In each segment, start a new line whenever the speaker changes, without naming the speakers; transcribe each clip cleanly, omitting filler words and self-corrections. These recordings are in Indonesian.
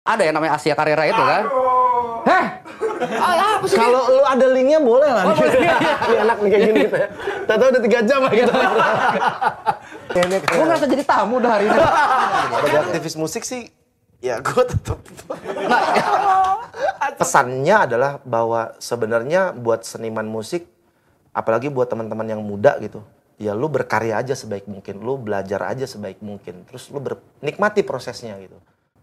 Ada yang namanya Asia Carrera itu kan? Heh? Apa sih?
Kalau lu ada linknya boleh lah. Ini enak nih kayak gini gitu ya. Tahu udah 3 jam lah gitu.
Gue ngerasa jadi tamu dah hari ini.
Sebagai aktivis musik sih, ya gue tetap. Pesannya adalah bahwa sebenarnya buat seniman musik, apalagi buat teman-teman yang muda gitu, ya lu berkarya aja sebaik mungkin, lu belajar aja sebaik mungkin, terus lu nikmati prosesnya gitu.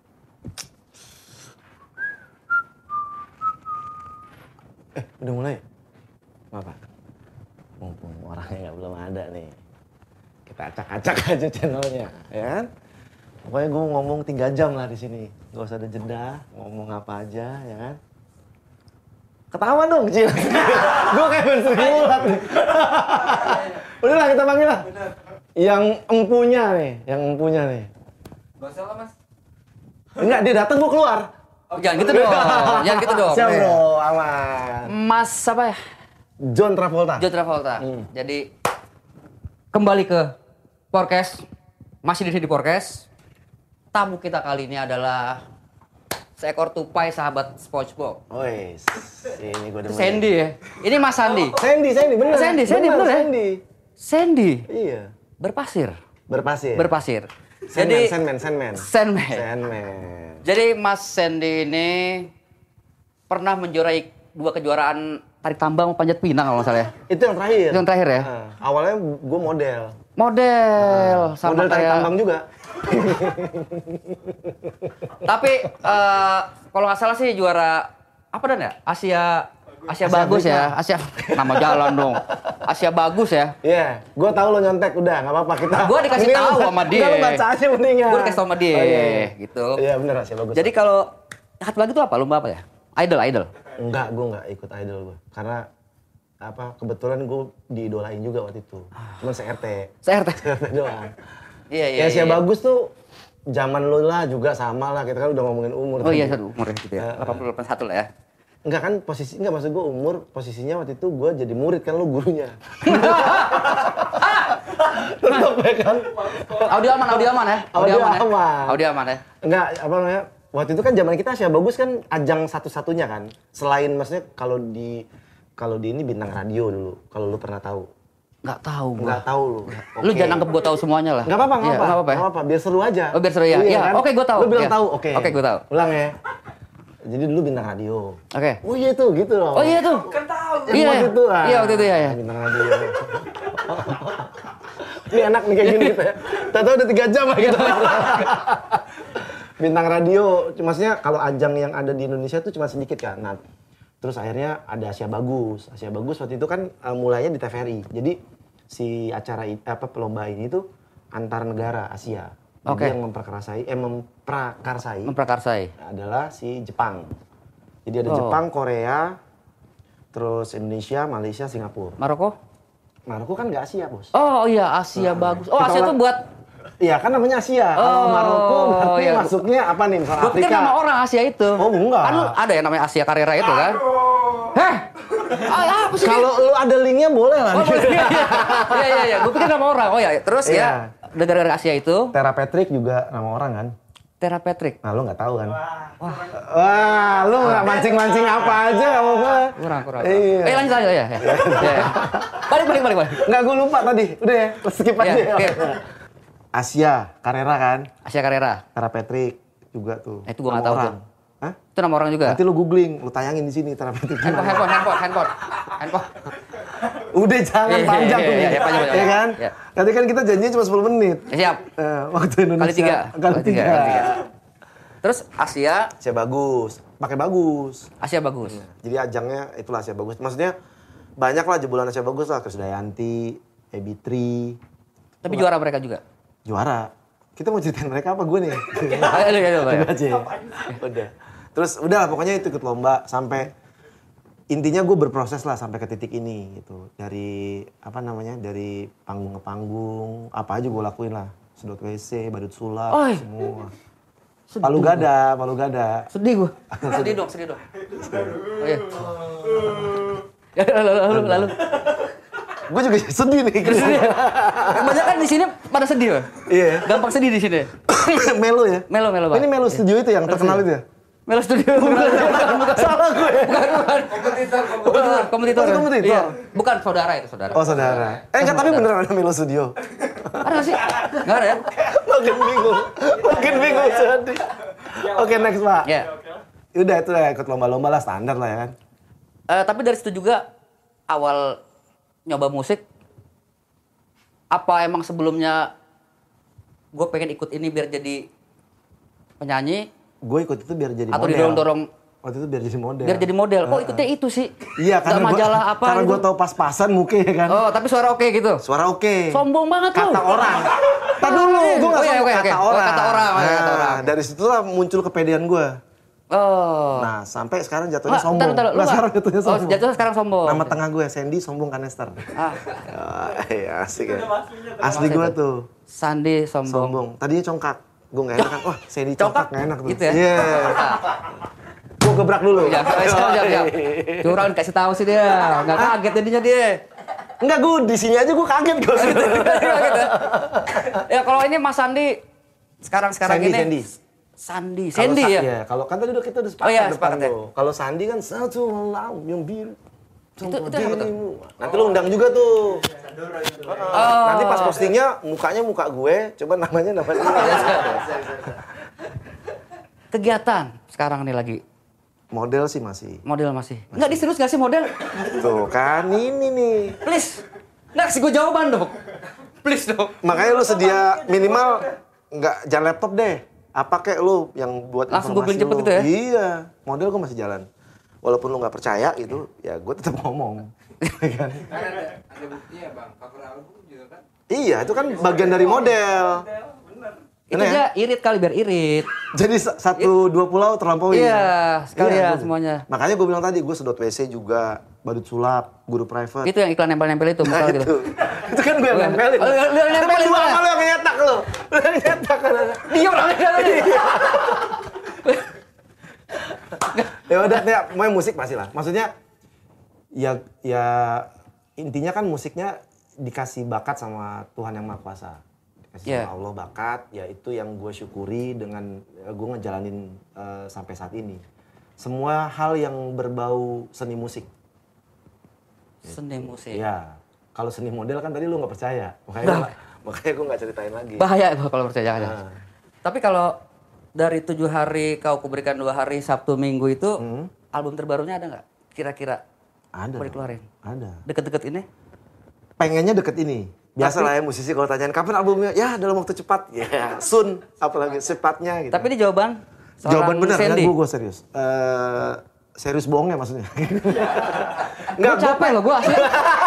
Udah mulai? Apa? Mumpung orangnya belum ada nih, kita acak-acak aja channelnya, ya kan? Pokoknya gue ngomong 3 jam lah di sini, gak usah ada jeda, ngomong apa aja, ya kan? Ketawa dong, Cil. Gue kayak Sri Mulat nih. Udahlah kita panggil lah. Yang empunya nih.
Gak usah lah, Mas.
Enggak, dia datang gue keluar.
Oh, jangan gitu dong. Jangan gitu dong.
Siap bro, aman.
Mas apa ya?
John Travolta.
John Travolta. Jadi kembali ke Podcast. Masih di sini di Podcast. Tamu kita kali ini adalah seekor tupai sahabat SpongeBob.
Wes, ini gue demen.
Sandy ya. Ini Mas Sandy.
Sandy bener.
Sandy bener ya? Sandy.
Iya.
Berpasir.
Jadi
Sandman. Jadi Mas Sandy ini pernah menjuarai 2 kejuaraan tarik tambang panjat pinang kalau nggak salah ya.
Itu yang terakhir.
Itu yang terakhir ya.
Awalnya gue model
Sama
model tarik
kayak
tambang juga.
Tapi kalau nggak salah sih juara apa dan ya? Asia bagus ya. Asia nama jalan dong. Asia bagus ya.
Iya, gue tahu lo nyontek udah, nggak apa-apa kita.
Gue dikasih tahu sama dia.
Lo baca aja mendingan.
Gue dikasih tahu sama dia, gitu.
Iya bener Asia bagus.
Jadi kalau satu lagi tuh apa? Lomba apa ya? Idol.
Enggak, gue nggak ikut idol gue, karena kebetulan gue diidolain juga waktu itu. Cuman CRT doang.
Iya.
Asia bagus tuh zaman lo lah juga sama lah, kita kan udah ngomongin umur.
Oh iya, umurnya gitu ya. 81 lah ya.
Enggak kan enggak maksud gue umur, posisinya waktu itu gue jadi murid kan, lo gurunya. Tetap ya kan.
Audio aman ya. Audio aman ya.
Enggak, apa namanya? Waktu itu kan zaman kita Asia bagus kan ajang satu-satunya kan. Selain maksudnya kalau di ini bintang radio dulu. Kalau lu pernah tahu.
Nggak tahu gua.
Nggak tahu lu.
Lu jangan anggap gua tahu semuanya lah.
Nggak apa-apa. Biar seru aja.
Oh, biar seru ya. Iya,
kan?
Oke, gua tahu.
Lu bilang
Ya.
tahu. Oke,
gua tahu.
Ulang ya. Jadi dulu bintang radio.
Oke.
Oh iya tuh, gitu loh.
Oh iya tuh.
Kan tahu.
Iya.
Waktu itu,
Iya, waktu itu ya.
Bintang radio. Ini enak nih kayak gini gitu ya. Tahu udah 3 jam lah gitu. Bintang radio, maksudnya kalau ajang yang ada di Indonesia tuh cuma sedikit kan. Nah, terus akhirnya ada Asia Bagus. Asia Bagus waktu itu kan mulainya di TVRI. Jadi si acara pelomba ini tuh antar negara Asia. Jadi yang memprakarsai adalah si Jepang. Jadi ada Jepang, Korea, terus Indonesia, Malaysia, Singapura.
Maroko
kan nggak Asia, Bos.
Oh iya, Asia bagus. Oh, Asia tuh buat
iya, kan namanya Asia. Kalau Maroko berarti
iya.
masuknya apa nih? Misalnya
Gue pikir
Afrika.
nama orang Asia itu.
Oh, enggak.
Kan ada yang namanya Asia Carrera itu kan? Heh? Apa sih?
Kalau lu ada linknya boleh lah.
Iya. Gue pikir nama orang. Oh ya, terus ya negara-negara Asia itu.
Tera Patrick juga nama orang kan?
Tera Patrick.
Nah, lu nggak tahu kan? Wah, lu nggak mancing-mancing apa aja kamu mah.
Kurang.
Iya.
Lanjut ya. Balik.
Nggak, gue lupa tadi. Udah ya, skip aja.
Oke.
Asia Carrera kan?
Asia Carrera.
Tera Patrick juga tuh.
Itu gua nggak tahu tuh.
Hah?
Itu nama orang juga.
Nanti lu googling, lu tayangin di sini Tera Patrick.
Handphone.
Udah jangan panjang tuh.
Iya, panjang.
Ya kan?
Iya.
Tadi kan kita janjinya cuma 10 menit.
Siap.
Waktu Indonesia.
Kali tiga. Terus Asia
bagus. Pakai bagus.
Asia bagus.
Jadi ajangnya itulah Asia bagus. Maksudnya banyak lah jebolan Asia bagus lah. Krisdayanti, Ebitri.
Tapi juara mereka juga.
Juara. Kita mau ceritain mereka apa gue nih?
Ayo.
Udah. Terus udah pokoknya itu ikut lomba sampai intinya gue berproses lah sampai ke titik ini gitu. Dari dari panggung ke panggung, apa aja gue lakuin lah. Sedot WC, badut sulap, semua. Palu gada.
Sedih gue. Sedih dong. Oh iya. Ya, lalu.
Gue juga sedih nih.
Banyak kan di sini pada sedih loh.
Iya.
Gampang sedih di sini.
Melo ya?
Melo
Oh, ini Melo Studio itu yang terkenal itu ya?
Melo Studio. Bukan.
Salah gue.
Kompetitor.
Oh, kompetitor.
Iya. Bukan saudara itu, saudara.
Oh saudara. Enggak, tapi beneran ada Melo Studio.
Ada nggak sih? Nggak ada ya?
Makin bingung sedih. Oke, next Pak.
Ya.
Udah itu ya ikut lomba-lomba lah, standar lah ya kan.
Tapi dari situ juga awal nyoba musik, apa emang sebelumnya gue pengen ikut ini biar jadi penyanyi?
Gue ikut itu biar jadi
atau
model.
didorong-dorong
Waktu itu biar jadi model.
biar jadi model. Kok ikutnya itu sih?
Iya,
Nggak majalah apa
karena
gitu?
gue tau pas-pasan muka ya kan.
Oh, tapi suara oke gitu.
Suara oke.
Sombong banget lu.
Kata orang. Tar dulu, gue nggak
Oh, iya,
sombong,
oke,
kata
oke. Oh,
orang.
kata orang, kata orang.
Dari situlah muncul kepedean gue.
Oh.
Nah, sampai sekarang jatuhnya
Nggak,
sombong.
ntar, lu
Nah,
nggak?
sekarang jatuhnya sombong.
Oh, jatuhnya sekarang sombong.
Nama tengah gue Sandy Sombong Kanester.
Ah,
Iya, asik ya. Asli gue tuh.
Sandi sombong.
Sombong. Tadinya congkak. Gue nggak enak kan. Wah, Sandy
Congkak?
congkak nggak enak tuh.
Gitu ya?
Iya. Gue gebrak dulu.
Ya, siap. Curang kasih tahu sih dia. Nggak kaget jadinya dia.
Enggak, gue di sini aja gue kaget gue.
Gitu. Ya kalau ini Mas Sandi sekarang
Sandy,
ini
Sandy.
Sandy ya.
Iya, kalau kan tadi udah kita udah sepakat.
Oh iya,
depan
sepakat ya.
lo. Kalau Sandi kan satu malam yang biru.
Itu apa tuh?
Nanti lu undang juga tuh.
Oh.
Nanti pas postingnya mukanya muka gue, coba namanya dia.
Kegiatan sekarang nih lagi
Model sih masih.
model masih. Nggak diserius nggak sih model?
Tuh kan ini nih.
Please. Nggak kasih gue jawaban dong. Please dong.
Makanya lu sedia minimal nggak jalan laptop deh. Apa kek lu yang buat
Langsung
informasi
googling cepet
lu.
gitu ya?
Iya, model gue masih jalan. Walaupun lu nggak percaya gitu, ya gue tetap ngomong.
Kan ada buktinya bang, cover album juga kan?
Iya, itu kan bagian dari model.
Itu
Bener ya?
dia irit kali biar irit.
Jadi satu dua pulau terlampaui.
Iya, sekalian
gua-
semuanya.
Makanya gue bilang tadi, gue sedot WC juga, badut sulap, guru private.
Itu yang iklan nempel-nempel itu
Nah,
misal gitu.
itu kan gue yang nempelin.
Oh, lu yang nempelin,
Lu
Pak.
sama lu yang nyetak lu. Lu yang nyetak kan.
Dia orangnya tadi.
Ya udah, ya, pokoknya musik pasti lah. Maksudnya, ya intinya kan musiknya dikasih bakat sama Tuhan Yang Maha Kuasa. Dikasih
Yeah.
sama Allah bakat, ya itu yang gue syukuri dengan gue ngejalanin sampai saat ini. Semua hal yang berbau seni musik.
Seni musik.
Iya. Kalau seni model kan tadi lu nggak percaya. Makanya gue nggak ceritain lagi.
Bahaya itu kalau percaya jangan.
Nah.
Tapi kalau dari 7 hari kau kuberikan 2 hari Sabtu Minggu itu album terbarunya ada nggak? Kira-kira
Ada.
mau dikeluarin?
Ada.
Deket-deket ini?
Pengennya deket ini. Biasa lah ya musisi kalau tanyain kapan albumnya, ya dalam waktu cepat. Ya, soon. Apalagi cepatnya gitu.
Tapi ini jawaban seorang
Jawaban benar kan
Sandy.
gue serius. Serius bohongnya maksudnya.
Gue capek loh gue asli.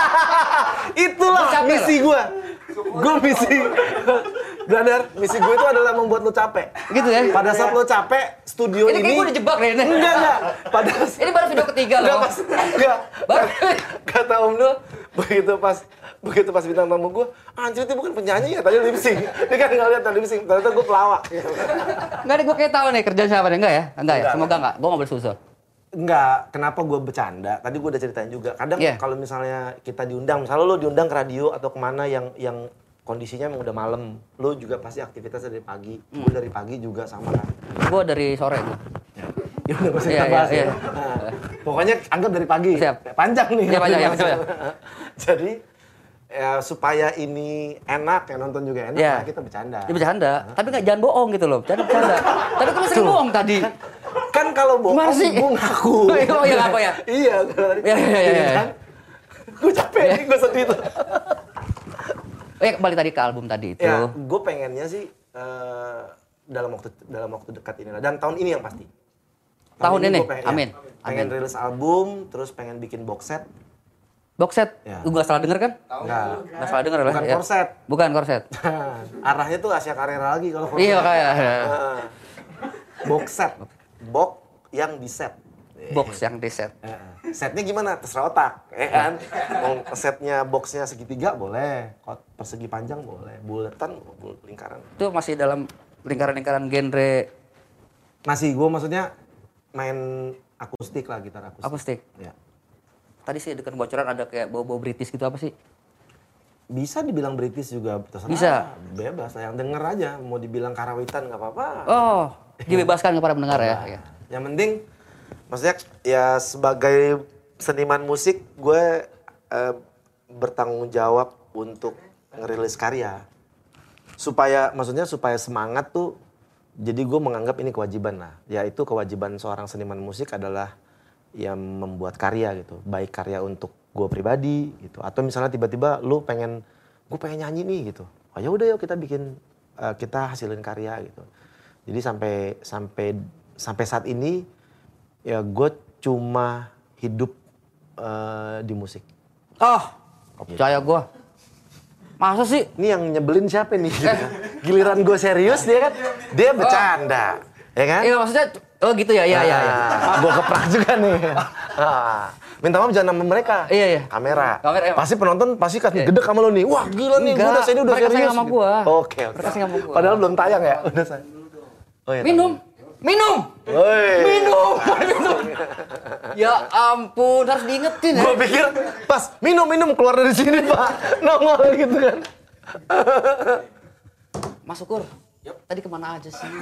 Itulah
Gua capek
misi gue. Gue misi. Brother, misi gue itu adalah membuat lo capek.
Gitu ya?
Pada saat lo capek, studio
Ini
ini.
kayak gue dijebak nih.
Enggak. Pada
Ini baru video ketiga
Enggak
loh.
pas. Enggak.
Baru.
Kata Om Dul, begitu pas bintang tamu gue, anjir itu bukan penyanyi ya, tadi lip sync. Dia kan nggak lihat tadi lip sync, ternyata gue pelawak.
Enggak nih gue kayak tahu nih kerjaan siapa nih. Enggak ya? Enggak ya?
Enggak.
Semoga enggak. Gue nggak bersusah.
Enggak, kenapa gue bercanda? Tadi gue udah ceritain juga. Kadang
Iya.
kalau misalnya kita diundang, misalnya lo diundang ke radio atau kemana yang kondisinya emang udah malam, lo juga pasti aktivitasnya dari pagi. Gue dari pagi juga sama kan.
Gue dari sore gue.
Ya udah masih
Iya,
kita bahas
iya,
ya.
iya.
Nah, pokoknya anggap dari pagi.
Siap.
Panjang nih.
Iya, panjang, ya, betul, ya.
Jadi ya, supaya ini enak, yang nonton juga enak,
Iya.
nah, kita bercanda.
Dia bercanda. Tapi nggak jangan bohong gitu loh. Bercanda. Tapi kan lu sering bohong tadi.
Kan kalau bohong,
Gimana sih?
gue ngaku.
Oh iya, ngaku ya?
Iya.
Iya.
Gue capek nih, gue sedih tuh.
Kembali tadi ke album tadi itu.
Ya, gue pengennya sih dalam waktu dekat ini lah. Dan tahun ini yang pasti.
Tahun ini?
gua pengen,
Amin.
Pengen
Amin.
rilis album, terus pengen bikin box set.
Box set.
Ya.
Gue nggak salah denger kan?
Enggak.
Nggak salah denger lah.
Bukan
ya.
korset.
Bukan korset.
Arahnya tuh Asia Carrera lagi kalau korset.
Iya kayak
Nah, box set. Box yang di set.
box yang di set.
Setnya gimana? Terserah otak, ya kan? Mau setnya boxnya segitiga boleh, persegi panjang boleh, buletan, lingkaran.
Itu masih dalam lingkaran-lingkaran genre
Masih, gue maksudnya main akustik lah, gitar akustik.
akustik.
Ya.
Tadi sih dengan bocoran ada kayak bau-bau British gitu apa sih?
Bisa dibilang British juga, terserah.
Bisa.
Bebas, yang denger aja. Mau dibilang karawitan nggak apa-apa.
Oh, dibebaskan kepada pendengar ya.
Yang penting, maksudnya ya sebagai seniman musik, gue bertanggung jawab untuk ngerilis karya. Maksudnya supaya semangat tuh, jadi gue menganggap ini kewajiban lah. Yaitu kewajiban seorang seniman musik adalah yang membuat karya gitu. Baik karya untuk gue pribadi gitu. Atau misalnya tiba-tiba gue pengen nyanyi nih gitu. Oh ya udah yuk kita bikin, kita hasilin karya gitu. Jadi sampai saat ini ya gue cuma hidup di musik.
Oh, percaya gue. Masa sih?
Ini yang nyebelin siapa nih? Giliran gue serius dia kan, dia bercanda, ya kan?
Iya maksudnya, oh gitu ya, iya.
Gue keprak juga nih. Minta maaf jangan sama mereka.
Iya.
Kamera.
Emang.
Pasti penonton pasti kasih gede sama lo nih. Wah gila nih, gue udah serius.
Mereka sayang sama gue.
Oke.
Mereka sayang sama gue.
Padahal belum tayang ya? Udah sayang. Oh, ya,
Minum. Ya ampun, harus diingetin ya.
Gue pikir pas minum keluar dari sini Pak. Nongol gitu kan.
Mas Ukur, tadi kemana aja sih?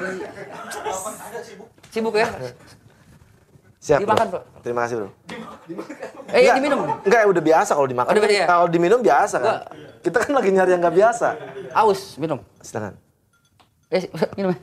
Sibuk ya?
Siap,
Dimakan,
bro.
Bro.
Terima kasih, bro.
Ya diminum.
Enggak, udah biasa kalau dimakan.
Oh, udah biasa ya?
Kalau diminum biasa kan. Kita kan lagi nyari yang nggak biasa.
Aus, minum.
Silakan.
Minum.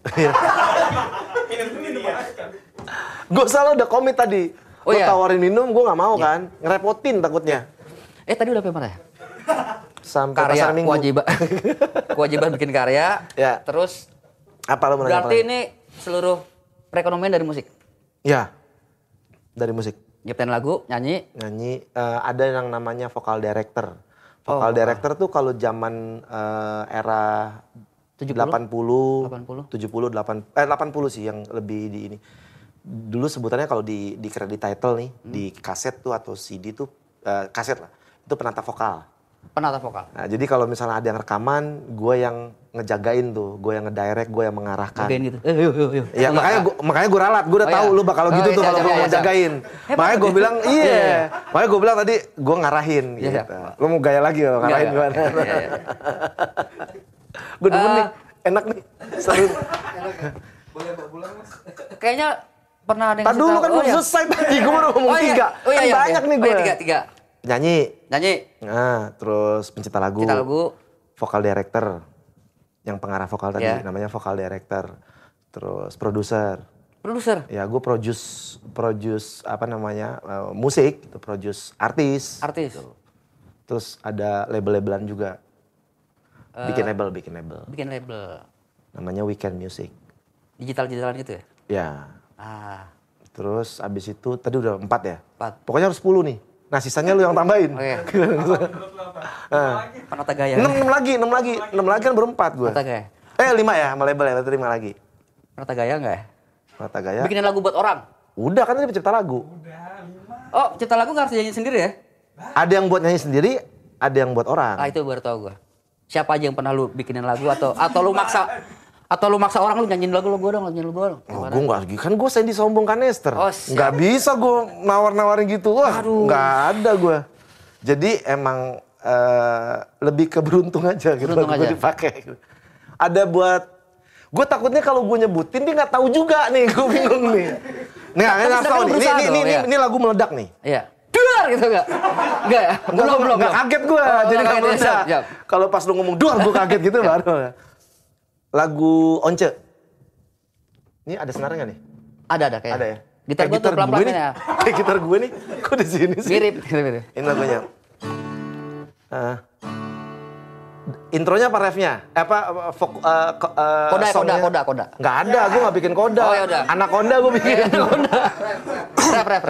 Gue salah udah komit tadi.
Oh,
Lo
iya?
tawarin minum, gue nggak mau kan. Ngerepotin takutnya.
Tadi udah sampai mana ya?
Sampai
Karya,
pasar Minggu.
kewajiban bikin karya.
Ya.
Terus,
Apa lo mau nanya apa
berarti
lagi?
ini seluruh perekonomian dari musik?
Ya, dari musik.
Nyiptain lagu, nyanyi.
Nyanyi, ada yang namanya vokal director. Vokal director tuh kalau zaman era
70?
80, 70, 80 sih yang lebih di ini. Dulu sebutannya kalau di credit title nih, di kaset tuh atau CD tuh, kaset lah, itu penata vokal.
Penata vokal.
Nah, jadi kalau misalnya ada yang rekaman, gue yang ngejagain tuh, gue yang ngedirect, gue yang mengarahkan.
Jagain gitu. Yuk.
Ya makanya gue ralat, gue udah tahu lu bakal gitu tuh kalau gue mau jagain. Makanya gue bilang iya. Makanya gue bilang tadi gue ngarahin gitu. Lu mau gaya lagi kalau ngarahin gimana? Gue demen nih, enak nih. Seru.
Boleh bawa pulang, Mas?
Kayaknya pernah ada yang
Tadi dulu kan belum selesai tadi, gue baru ngomong 3. Kan banyak nih gue.
3.
Nyanyi.
Nyanyi.
Nah, terus pencipta lagu. Vokal director. Yang pengarah vokal tadi, namanya vokal director. Terus produser. Ya, gue produce apa namanya, musik, gitu, produce artis. Gitu. Terus ada label-labelan juga. Bikin label. Namanya Weekend Music.
Digital-digitalan gitu ya?
Ya. Terus abis itu, tadi udah 4 ya?
4.
Pokoknya harus 10 nih. Nah sisanya lu yang tambahin.
Oke. Penata gaya.
6 lagi kan baru 4 gue.
Penata gaya.
5 ya, sama label ya, berarti 5 lagi.
Penata gaya enggak ya?
Penata gaya.
Bikinin lagu buat orang?
Udah, kan tadi pencipta lagu.
Oh, pencipta lagu nggak harus nyanyi sendiri ya?
Ada yang buat nyanyi sendiri, ada yang buat orang.
Itu baru tau gue. Siapa aja yang pernah lu bikinin lagu atau lu maksa orang lu nyanyiin lagu gue dong.
Oh, gue nggak, kan gue Sandy Sombong Kanester.
Oh,
nggak bisa gue nawar-nawarin gitu. Wah, nggak ada gue. Jadi emang lebih ke beruntung aja gitu. Gue dipakai. Ada buat, gue takutnya kalau gue nyebutin dia nggak tahu juga nih. Gue bingung nih. Nih, ini lagu meledak nih.
Iya. Duar gitu enggak? Enggak ya? Belum.
Enggak kaget gue, jadi enggak meledak. Kalau pas lu ngomong duar gue kaget gitu baru. Lagu Once. Ini ada senarnya nih?
Ada kayaknya.
Ada ya?
Gitar gue tuh pelan-pelan ya.
Kayak gitar gue nih, kok di sini sih?
Mirip.
Ini lagunya. Intronya apa refnya?
Koda.
Nggak ada, gue nggak bikin koda.
Oh, yaudah.
Anaconda gue bikin.
Ref.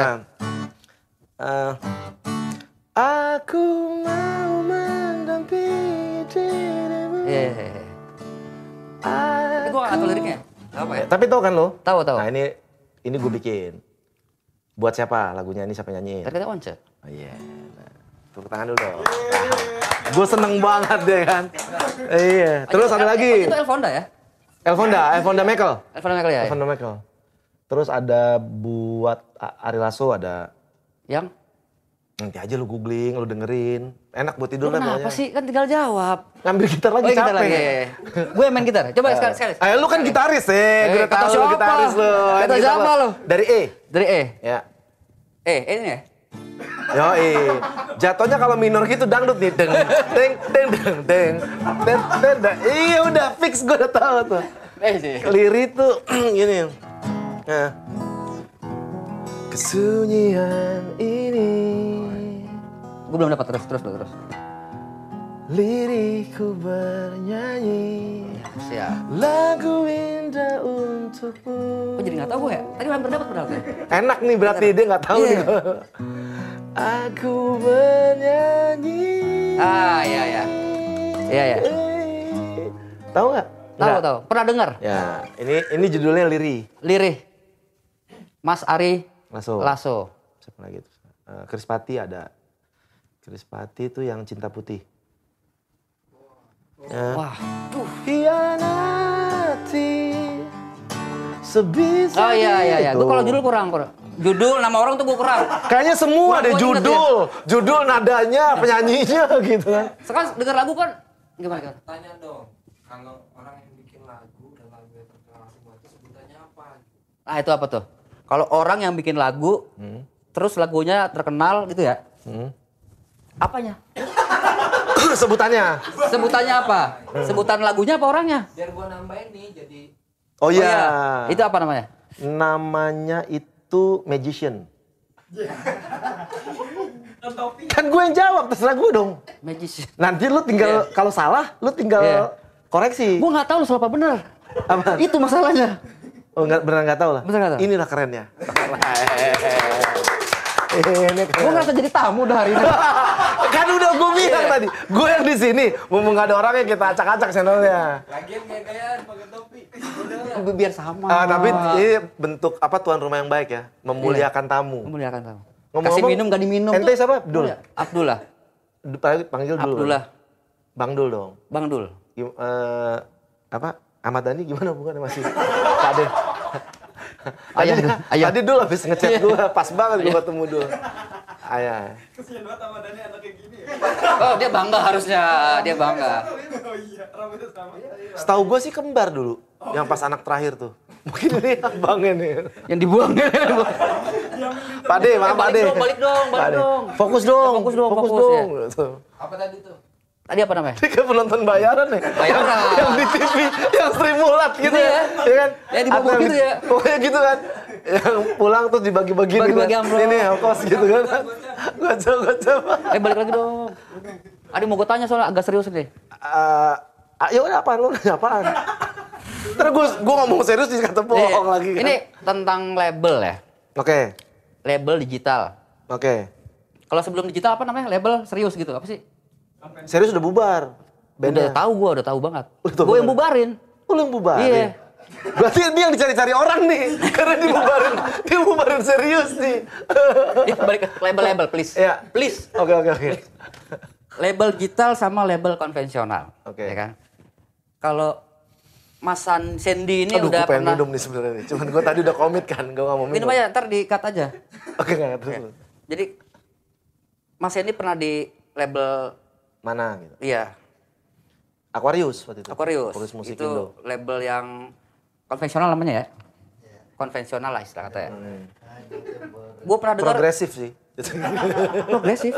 Aku mau mendampingi dirimu.
Iya. Tapi gue nggak tahu liriknya. Apa ya?
Tapi tahu kan lo?
Tahu.
Nah ini gue bikin. Buat siapa lagunya ini, siapa nyanyiin?
Tadi kata Once.
Oh iya. Nah, tepuk tangan dulu dong. Gue seneng banget deh kan. Iya. Terus ada lagi.
Itu Elfonda ya?
Elfonda Michael.
Elfonda Michael ya?
Elfonda Michael. Terus ada buat Ari Lasso ada.
Yang?
Nanti aja lu googling, lu dengerin. Enak buat tidur
Lu
lah
kenapa
pokoknya.
sih? Kan tinggal jawab.
Ngambil gitar lagi
gitar
capek.
lagi. Gue main gitar. Coba sekali.
Lu kan gitaris gue udah
kata
tahu lu
siapa?
gitaris lu.
Kata
Gitar
siapa lu?
Dari E.
Dari E.
Ya.
Ini ya?
Yoi. Jatuhnya kalau minor gitu dangdut nih. Deng, deng, deng, deng, deng, deng, deng, deng. Iya udah fix gue udah tahu tuh.
Sih.
Lirik tuh gini. Nah. Kesunyian ini.
Gue belum dapat terus.
Lirikku bernyanyi.
Siap.
Lagu indah untukmu.
Kok jadi nggak tahu gue ya? Tadi hampir dapat padahal gue.
Enak nih berarti dia nggak tahu
Iya.
nih. Aku bernyanyi.
Iya.
Tahu nggak?
Tahu. Pernah dengar?
Ya, ini judulnya
Lirih. Mas Ari
Lasso. Siapa lagi tuh? Krispati ada. Krispati itu yang Cinta Putih. Ya.
Wah.
Hianati sebisa.
Oh iya. Gue kalau judul kurang. Judul nama orang tuh gue kurang.
Kayaknya semua deh
Gua inget
judul nadanya, penyanyinya gitu kan.
Sekarang denger lagu kan gimana?
Tanya dong, kalau orang yang bikin lagu dan lagu yang terkenal semua itu sebutannya apa?
Nah itu apa tuh? Kalau orang yang bikin lagu, terus lagunya terkenal gitu ya? Apanya?
Sebutannya.
Sebutannya apa? Sebutan lagunya apa orangnya?
Biar gua nambahin nih jadi
Oh iya.
Itu apa namanya?
Namanya itu Magician. Kan gue yang jawab, terserah gue dong.
Magician.
Nanti lu tinggal, kalau salah, lu tinggal koreksi.
Gue nggak tahu lu salah apa bener.
Apa?
Itu masalahnya.
Oh, beneran nggak tahu lah.
Beneran nggak tahu?
Inilah kerennya. Ini keren.
Gue ngerasa jadi tamu udah hari ini.
Kan udah gue bilang tadi, gue yang di sini. Mumpung nggak ada orangnya kita acak-acak channelnya.
lagian gaya-gayaan pakai topi.
Biar sama.
Tapi ini bentuk apa tuan rumah yang baik ya, memuliakan tamu.
Memuliakan tamu.
Ngomong-ngomong,
Kasih minum gak diminum.
ente
tuh.
siapa? Abdul.
Abdullah.
Panggil dulu.
Abdullah.
Bang Dul dong.
Bang Dul.
Apa? Ahmad Dhani gimana hubungannya masih? Tadi.
Ayah.
Tadi Dul habis ngechat gue, pas banget gue ketemu Dul. Ayah.
Kesian banget sama Dani anaknya gini ya.
Oh dia bangga harusnya. Dia bangga.
Oh iya, rambutnya sama.
Setahu gue sih kembar dulu, yang pas anak terakhir tuh. Mungkin ini abangnya nih.
Yang dibuang.
Pade, maaf Pade.
Balik dong.
Fokus dong.
Fokus dong.
Gitu.
Apa tadi tuh?
Tadi apa namanya?
Ini kayak penonton bayaran nih.
Bayaran.
Yang di TV, yang Streamulat gitu
Iya.
ya kan?
Yang di bawah
Atau
gitu ya.
Pokoknya gitu kan. Yang pulang terus dibagi-bagi
Bagi-bagi amplop.
Ini kos gitu kan. Gocap.
Balik lagi dong. Adi mau gue tanya soalnya agak serius nih.
Ya udah apaan lu nanya apaan? Terus gue ngomong serius dikata bohong lagi kan.
Ini tentang label ya.
Oke.
Label digital.
Oke.
Kalau sebelum digital apa namanya? Label serius gitu. Apa sih?
Serius udah bubar.
Udah tahu gue, udah tahu banget.
Udah tahu
Gue yang
banget.
bubarin.
Lu yang bubarin?
Iya.
Berarti dia yang dicari-cari orang nih. Karena dia bubarin serius nih.
Ya, balik ke label please.
Iya.
Please.
Oke.
Label digital sama label konvensional.
Oke.
Ya kan? Kalau Mas Sandy ini
Aduh,
udah
gue pengen
pernah
minum nih sebenarnya nih. Cuman gue tadi udah komit kan, gue gak mau minum.
minum aja, ntar di-cut aja.
Oke, nggak terus.
Jadi Mas Sandy pernah di label
Mana gitu?
iya,
Aquarius waktu itu.
Aquarius.
Musik
Itu
Indo.
label yang konvensional namanya ya. Konvensional lah istilah kata ya. Gue pernah dengar
Progresif sih.
progresif.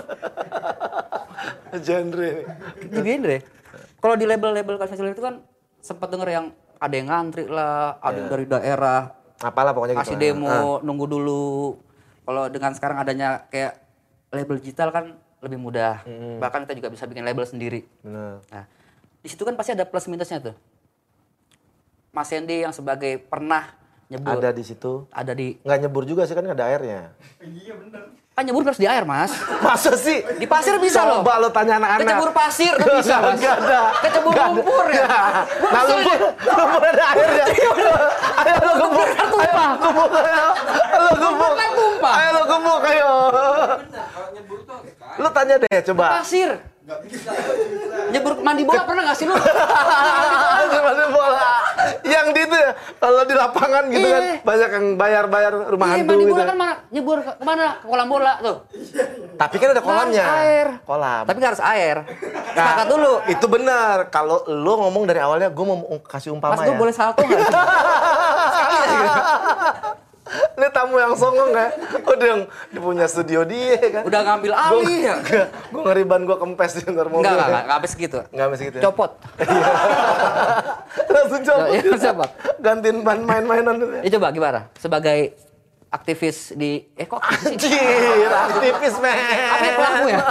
Genre.
Di genre. Kalau di label-label konvensional itu kan sempat denger yang ada yang ngantri lah, ada yang dari daerah,
Apalah pokoknya gitu.
kasih demo, nunggu dulu. Kalau dengan sekarang adanya kayak label digital kan lebih mudah. Bahkan kita juga bisa bikin label sendiri.
Bener.
Nah, di situ kan pasti ada plus minusnya tuh. Mas Sandy yang sebagai pernah nyebur.
Ada di situ.
Ada di...
Nggak nyebur juga sih kan nggak ada airnya.
Kan nyebur harus di air, Mas.
Masa sih?
Di pasir bisa loh.
Coba lo tanya anak-anak.
Kecebur pasir kan bisa, Mas.
Nggak ada.
Kecebur lumpur ya.
Nah lumpur ada airnya. Ayo lo gebuk.
Tumpah.
Lo gebuk.
Kan tumpah.
Ayo lo gebuk ayo.
Bener, kalau nyebur tuh agak kain.
Lo tanya deh coba.
Pasir.
Nggak bisa.
Nyebur mandi bola pernah nggak sih lu?
Cuma di bola. Yang di itu ya, kalau di lapangan gitu kan,
Iya.
banyak yang bayar-bayar rumah
Iya,
hantu
mandi
gitu.
bola kan mana? Nyebur ke mana? Ke kolam bola tuh.
Tapi kan ada kolamnya.
Nggak harus air.
Kolam.
Tapi nggak harus air. Sepakat dulu.
Itu benar. Kalau lo ngomong dari awalnya, gue mau kasih umpama
Mas, gue
ya.
boleh salto nggak? Sekali aja.
Ini tamu yang songong ya. Udah punya studio dia kan.
Udah ngambil alih ya?
Gue ngeriban gue kempes di ntar mobil.
Enggak habis segitu.
Enggak habis gitu ya.
Copot.
Langsung copot.
Ya, copot.
Gantiin main-mainan dulu ya.
Ya coba gimana? Sebagai aktivis di... kok aktivis sih?
Anjir, aktivis men.
Apa pelaku ya?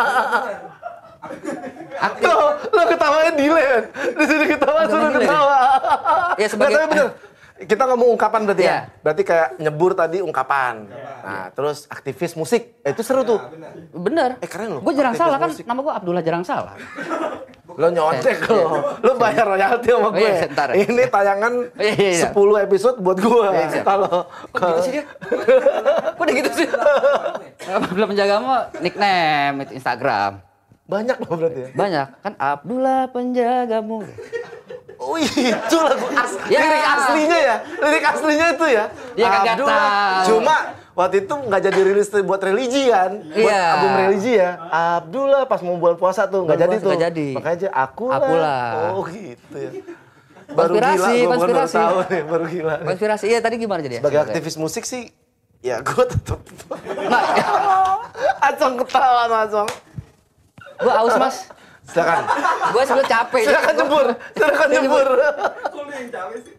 Lo ketawanya delay. Di sini ketawa suruh
delay.
ketawa.
Ya sebagai...
Nggak, tapi bener. Kita ngomong ungkapan berarti
Iya.
ya? Berarti kayak nyebur tadi ungkapan. Nah, terus aktivis musik. Itu seru tuh.
Bener.
Keren loh.
Gue jarang
Aktivis
salah kan,
musik.
nama gue Abdullah jarang salah.
Lo nyontek lo. Lo bayar royalti sama gue.
iya, sebentar.
Ini tayangan
Iya.
10 episode buat gue.
Iya.
Kalau
Kok gitu sih dia? Kok udah gitu sih? Abdullah Penjagamu nickname itu Instagram.
banyak loh berarti ya.
Banyak kan Abdullah Penjagamu.
Oh itu lagu
Ya.
lirik aslinya ya. Lirik aslinya itu ya.
Dia kagak
Abdullah.
tahu.
Cuma waktu itu nggak jadi rilis buat religi kan. Buat
Iya.
album religi ya. Abdullah pas mau bulan puasa tuh nggak
Bulan
jadi
puasa
tuh.
nggak jadi.
Makanya aja akulah.
Akulah.
Oh gitu ya.
Konspirasi,
gua baru
konspirasi.
tahu nih, baru gila. nih.
Konspirasi iya tadi gimana jadi ya?
Sebagai aktivis musik sih, ya gue tetep.
Nah,
Acong ketawa Acong.
gue aus mas.
Silakan.
Gue sebelum capek.
Silakan jebur. Silakan jebur.
Kok lu yang capek sih?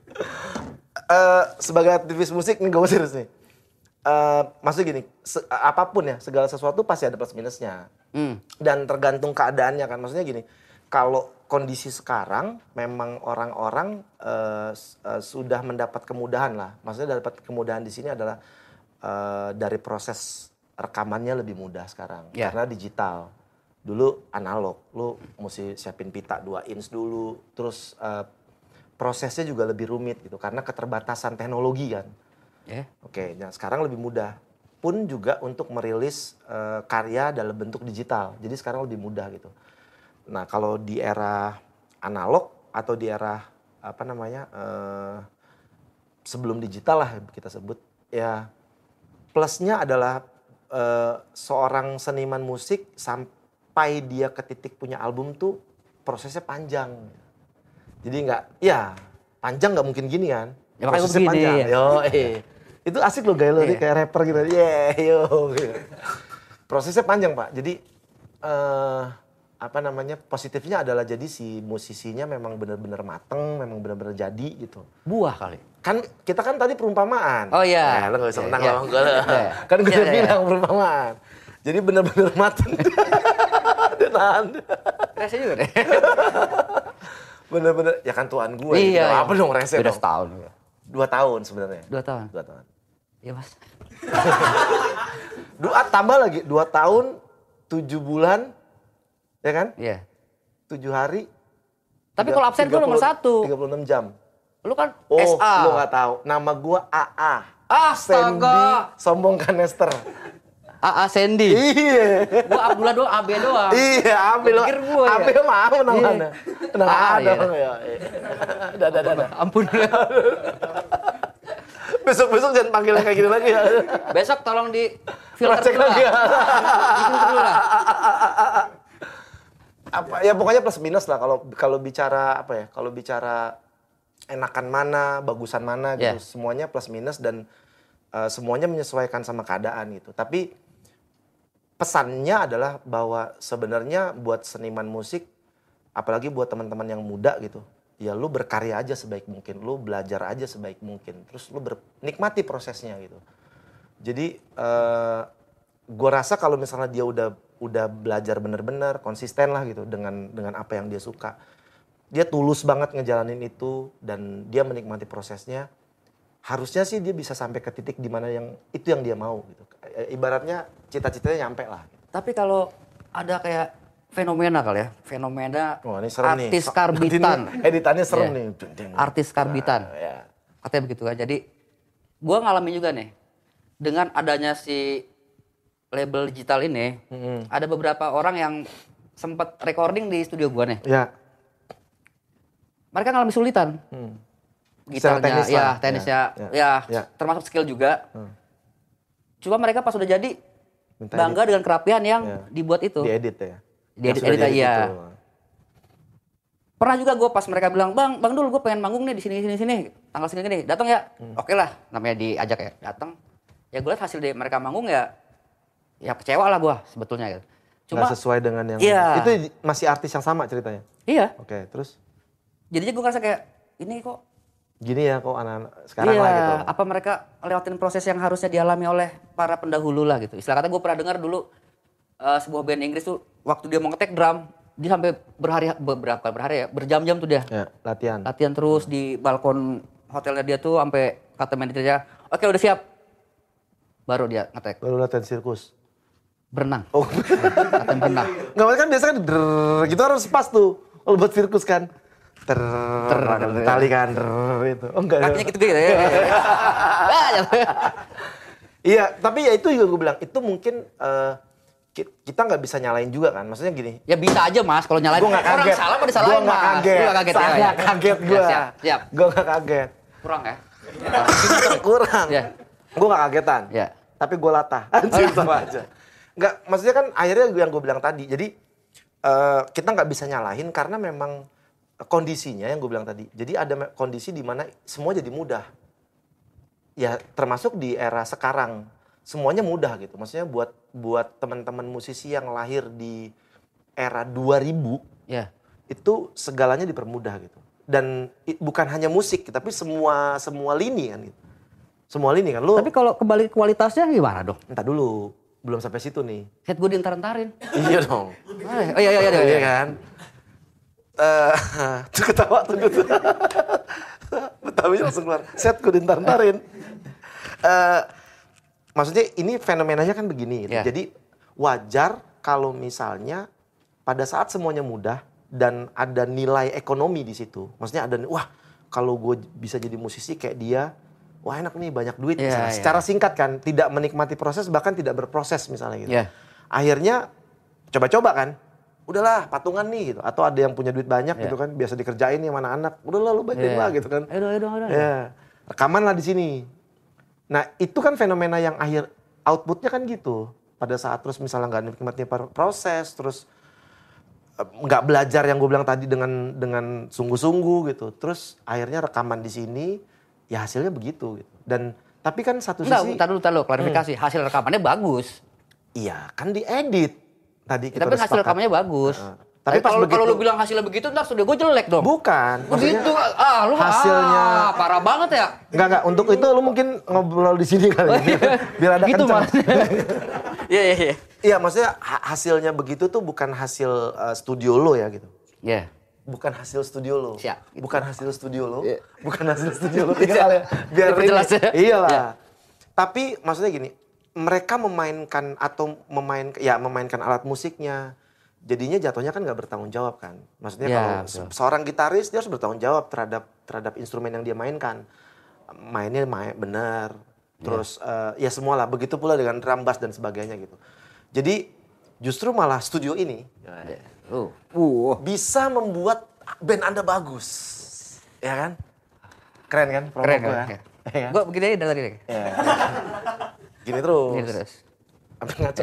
Sebagai aktivis musik nih gue serius nih. Maksudnya gini, apapun ya, segala sesuatu pasti ada plus minusnya. Dan tergantung keadaannya kan. Maksudnya gini, kalau kondisi sekarang memang orang-orang sudah mendapat kemudahan lah. Maksudnya dapat kemudahan di sini adalah dari proses rekamannya lebih mudah sekarang.
Ya.
Karena digital. Dulu analog, lu mesti siapin pita 2 inch dulu. Terus prosesnya juga lebih rumit gitu. Karena keterbatasan teknologi kan.
Ya.
Oke, nah sekarang lebih mudah. Pun juga untuk merilis karya dalam bentuk digital. Jadi sekarang lebih mudah gitu. Nah kalau di era analog atau di era apa namanya sebelum digital lah kita sebut, ya plusnya adalah seorang seniman musik sampai dia ke titik punya album tuh prosesnya panjang. Jadi panjang nggak mungkin gini kan.
Ya, makanya
prosesnya
gua begini,
panjang.
ya.
Yo, Itu asik loh gaya lo nih,
Iya.
kayak rapper gitu. Gitu. Prosesnya panjang Pak. Jadi positifnya adalah jadi si musisinya memang benar-benar mateng, memang benar-benar jadi gitu.
Buah kali.
Kan kita kan tadi perumpamaan.
Oh iya.
Nah, lo gak bisa
Iya,
menang
iya.
lawan gue.
Iya.
Kan gue
Iya,
udah
iya.
bilang perumpamaan. Jadi benar-benar mateng. Dia nahan.
Rese juga deh.
Bener-bener, ya kan tuan gue.
Iya.
Gitu. Apa dong rese
Beda
dong?
setahun.
2 tahun sebenarnya.
2 tahun.
2 tahun.
Iya mas.
Tambah lagi 2 tahun 7 bulan, ya kan?
Iya.
7 hari.
Tapi kalau absen gue nomor 1.
36 jam.
Lu kan
Oh,
SA.
lu nggak tahu. Nama gua AA. Sandy
Astaga.
Sombong Kanester.
AA Sandy.
Iya.
Gua Abdullah doang, AB doang.
Iya, ambil lo.
Pikir gua ya.
Ambil mah namanya. Tenang
AA,
ada.
iya.
Dah.
Ampun.
Besok-besok jangan panggil yang kayak gini lagi ya.
Besok tolong di filter
Cek
dulu
lagi ya.
lah. Di filter dulu lah.
Apa ya pokoknya plus minus lah kalau bicara apa ya? Kalau bicara enakan mana, bagusan mana gitu.
Yeah.
Semuanya plus minus dan semuanya menyesuaikan sama keadaan gitu. Tapi pesannya adalah bahwa sebenarnya buat seniman musik, apalagi buat teman-teman yang muda gitu, ya lu berkarya aja sebaik mungkin, lu belajar aja sebaik mungkin, terus lu nikmati prosesnya gitu. Jadi gue rasa kalau misalnya dia udah belajar bener-bener konsisten lah gitu dengan apa yang dia suka, dia tulus banget ngejalanin itu dan dia menikmati prosesnya. Harusnya sih dia bisa sampai ke titik di mana yang dia mau gitu. Ibaratnya cita-citanya nyampe lah.
Tapi kalau ada kayak fenomena kali ya, fenomena
Wah, ini serem nih.
artis karbitan.
Editannya serem
Iya.
nih.
Artis karbitan.
Ya.
Katanya begitu kan. Jadi gua ngalamin juga nih dengan adanya si label digital ini, ada beberapa orang yang sempat recording di studio gua nih.
Ya.
Mereka ngalamin sulitan.
Secara
Gitarnya,
teknis lah.
tenisnya,
Ya.
termasuk skill juga. Cuma mereka pas udah jadi
Minta
bangga dengan kerapian yang
Iya.
dibuat itu.
diedit ya.
Diedit,
Yang sudah
edit, iya.
itu.
Pernah juga gue pas mereka bilang, bang Dul gue pengen manggung nih di sini, tanggal segini, datang ya. Oke lah, namanya diajak ya, datang. Ya gue lihat hasil dari mereka manggung ya kecewa lah gue sebetulnya gitu. Cuma
Nggak sesuai dengan yang
Iya.
itu masih artis yang sama ceritanya.
iya,
Oke, terus
jadinya gue ngerasa kayak ini kok
gini ya kok anak-anak sekarang
iya,
lah gitu.
apa mereka lewatin proses yang harusnya dialami oleh para pendahulu lah gitu. Istilah kata gue pernah dengar dulu sebuah band Inggris tuh waktu dia mau ngetek drum, dia sampai berjam-jam tuh dia
Ya, latihan.
latihan terus di balkon hotelnya dia tuh sampai kata manajernya, oke udah siap, baru dia ngetek
Baru latihan sirkus.
berenang,
Oh.
latihan berenang.
Enggak kan biasanya gitu harus pas tuh. Kalau buat sirkus kan. Tali kan. Itu. Oh enggak.
Kakinya gitu gitu ya.
Iya, tapi ya itu juga gue bilang itu mungkin kita nggak bisa nyalain juga kan. Maksudnya gini.
Ya bisa aja mas, kalau nyalain
Gue nggak
orang
kaget.
salah pada salahin
Gue
mas.
nggak kaget.
Lu nggak kaget
Saya
ya?
kaget gue.
Ya, siap.
Gue nggak kaget.
Kurang ya?
Kurang.
Ya.
Gue nggak kagetan.
Ya.
Tapi gue latah. Anjir sama aja. Nggak, maksudnya kan akhirnya yang gue bilang tadi. Jadi kita nggak bisa nyalahin karena memang kondisinya yang gue bilang tadi. Jadi ada kondisi di mana semua jadi mudah. Ya termasuk di era sekarang. Semuanya mudah gitu. Maksudnya buat teman-teman musisi yang lahir di era 2000
Ya.
itu segalanya dipermudah gitu. Dan bukan hanya musik, tapi semua lini kan gitu. Semua lini kan. Lu
Tapi kalau kembali ke kualitasnya gimana dong?
entar dulu, belum sampai situ nih.
Head gue dientar-entarin.
Iya dong.
Oh iya.
Iya kan? Tuh ketawa tuh gitu. Betawi langsung keluar. Set gue dintar-ntarin. Maksudnya ini fenomenanya kan begini. Gitu.
Ya.
Jadi wajar kalau misalnya pada saat semuanya mudah dan ada nilai ekonomi di situ. Maksudnya ada, wah kalau gue bisa jadi musisi kayak dia, wah enak nih banyak duit.
Ya,
misalnya.
ya.
Secara singkat kan, tidak menikmati proses bahkan tidak berproses misalnya gitu.
Ya.
Akhirnya coba-coba kan. Udahlah patungan nih gitu. Atau ada yang punya duit banyak gitu kan. Biasa dikerjain nih sama anak-anak. Udahlah lu bantuin lah gitu kan.
Ayo dong.
Ya, rekaman lah di sini. Nah itu kan fenomena yang akhir outputnya kan gitu. Pada saat terus misalnya nggak nikmatnya proses, terus nggak belajar yang gue bilang tadi dengan sungguh-sungguh gitu. Terus akhirnya rekaman di sini, ya hasilnya begitu gitu. Dan tapi kan satu sisi,
Entar dulu, klarifikasi. Hasil rekamannya bagus.
iya kan diedit. Tadi kita
Tapi
udah
hasil
sepakat.
rekamannya bagus.
Tapi pas
kalau
begitu-
lu bilang hasilnya begitu, ntar studio gue jelek dong.
Bukan. maksudnya-
Begitu, lu
hasilnya-
parah banget ya.
Enggak, untuk itu lu mungkin ngobrol di sini kali. Biar ada
Gitu
kencang.
mas. Iya.
Iya, maksudnya hasilnya begitu tuh bukan hasil studio lo ya gitu.
Iya.
Bukan hasil studio lo.
Siap.
Bukan hasil studio lo.
Iya.
Bukan hasil studio lo. Tinggal ya. Biar
Diperjelas ya.
Iyalah.
Iya.
Tapi maksudnya gini, mereka memainkan alat musiknya. Jadinya jatuhnya kan nggak bertanggung jawab kan. Maksudnya
Ya,
kalau
betul.
seorang gitaris dia harus bertanggung jawab terhadap instrumen yang dia mainkan. Mainnya benar. Terus ya semua lah. Begitu pula dengan drum bass dan sebagainya gitu. Jadi justru malah studio ini bisa membuat band Anda bagus. Ya kan? Keren kan? promo
Keren
gua
kan.
ya? Iya kan?
Gue begini aja dari tadi.
Ya. Gini terus.
Gini terus.
Sampai ngaco.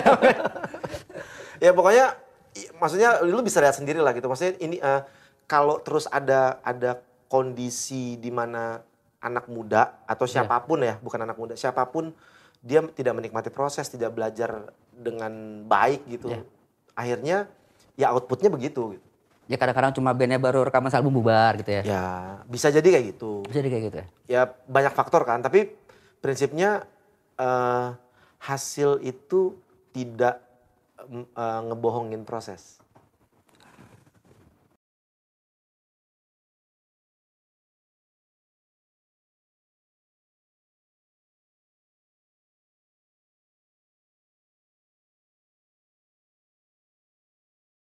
Ya pokoknya maksudnya lu bisa lihat sendiri lah gitu. Maksudnya ini kalau terus ada kondisi di mana anak muda atau siapapun ya, bukan anak muda, siapapun dia tidak menikmati proses, tidak belajar dengan baik gitu.
Ya.
Akhirnya ya outputnya begitu gitu.
Ya kadang-kadang cuma bandnya baru rekaman album bubar gitu ya.
Ya, bisa jadi kayak gitu.
Bisa jadi kayak gitu ya.
Ya banyak faktor kan, tapi prinsipnya hasil itu tidak ngebohongin proses.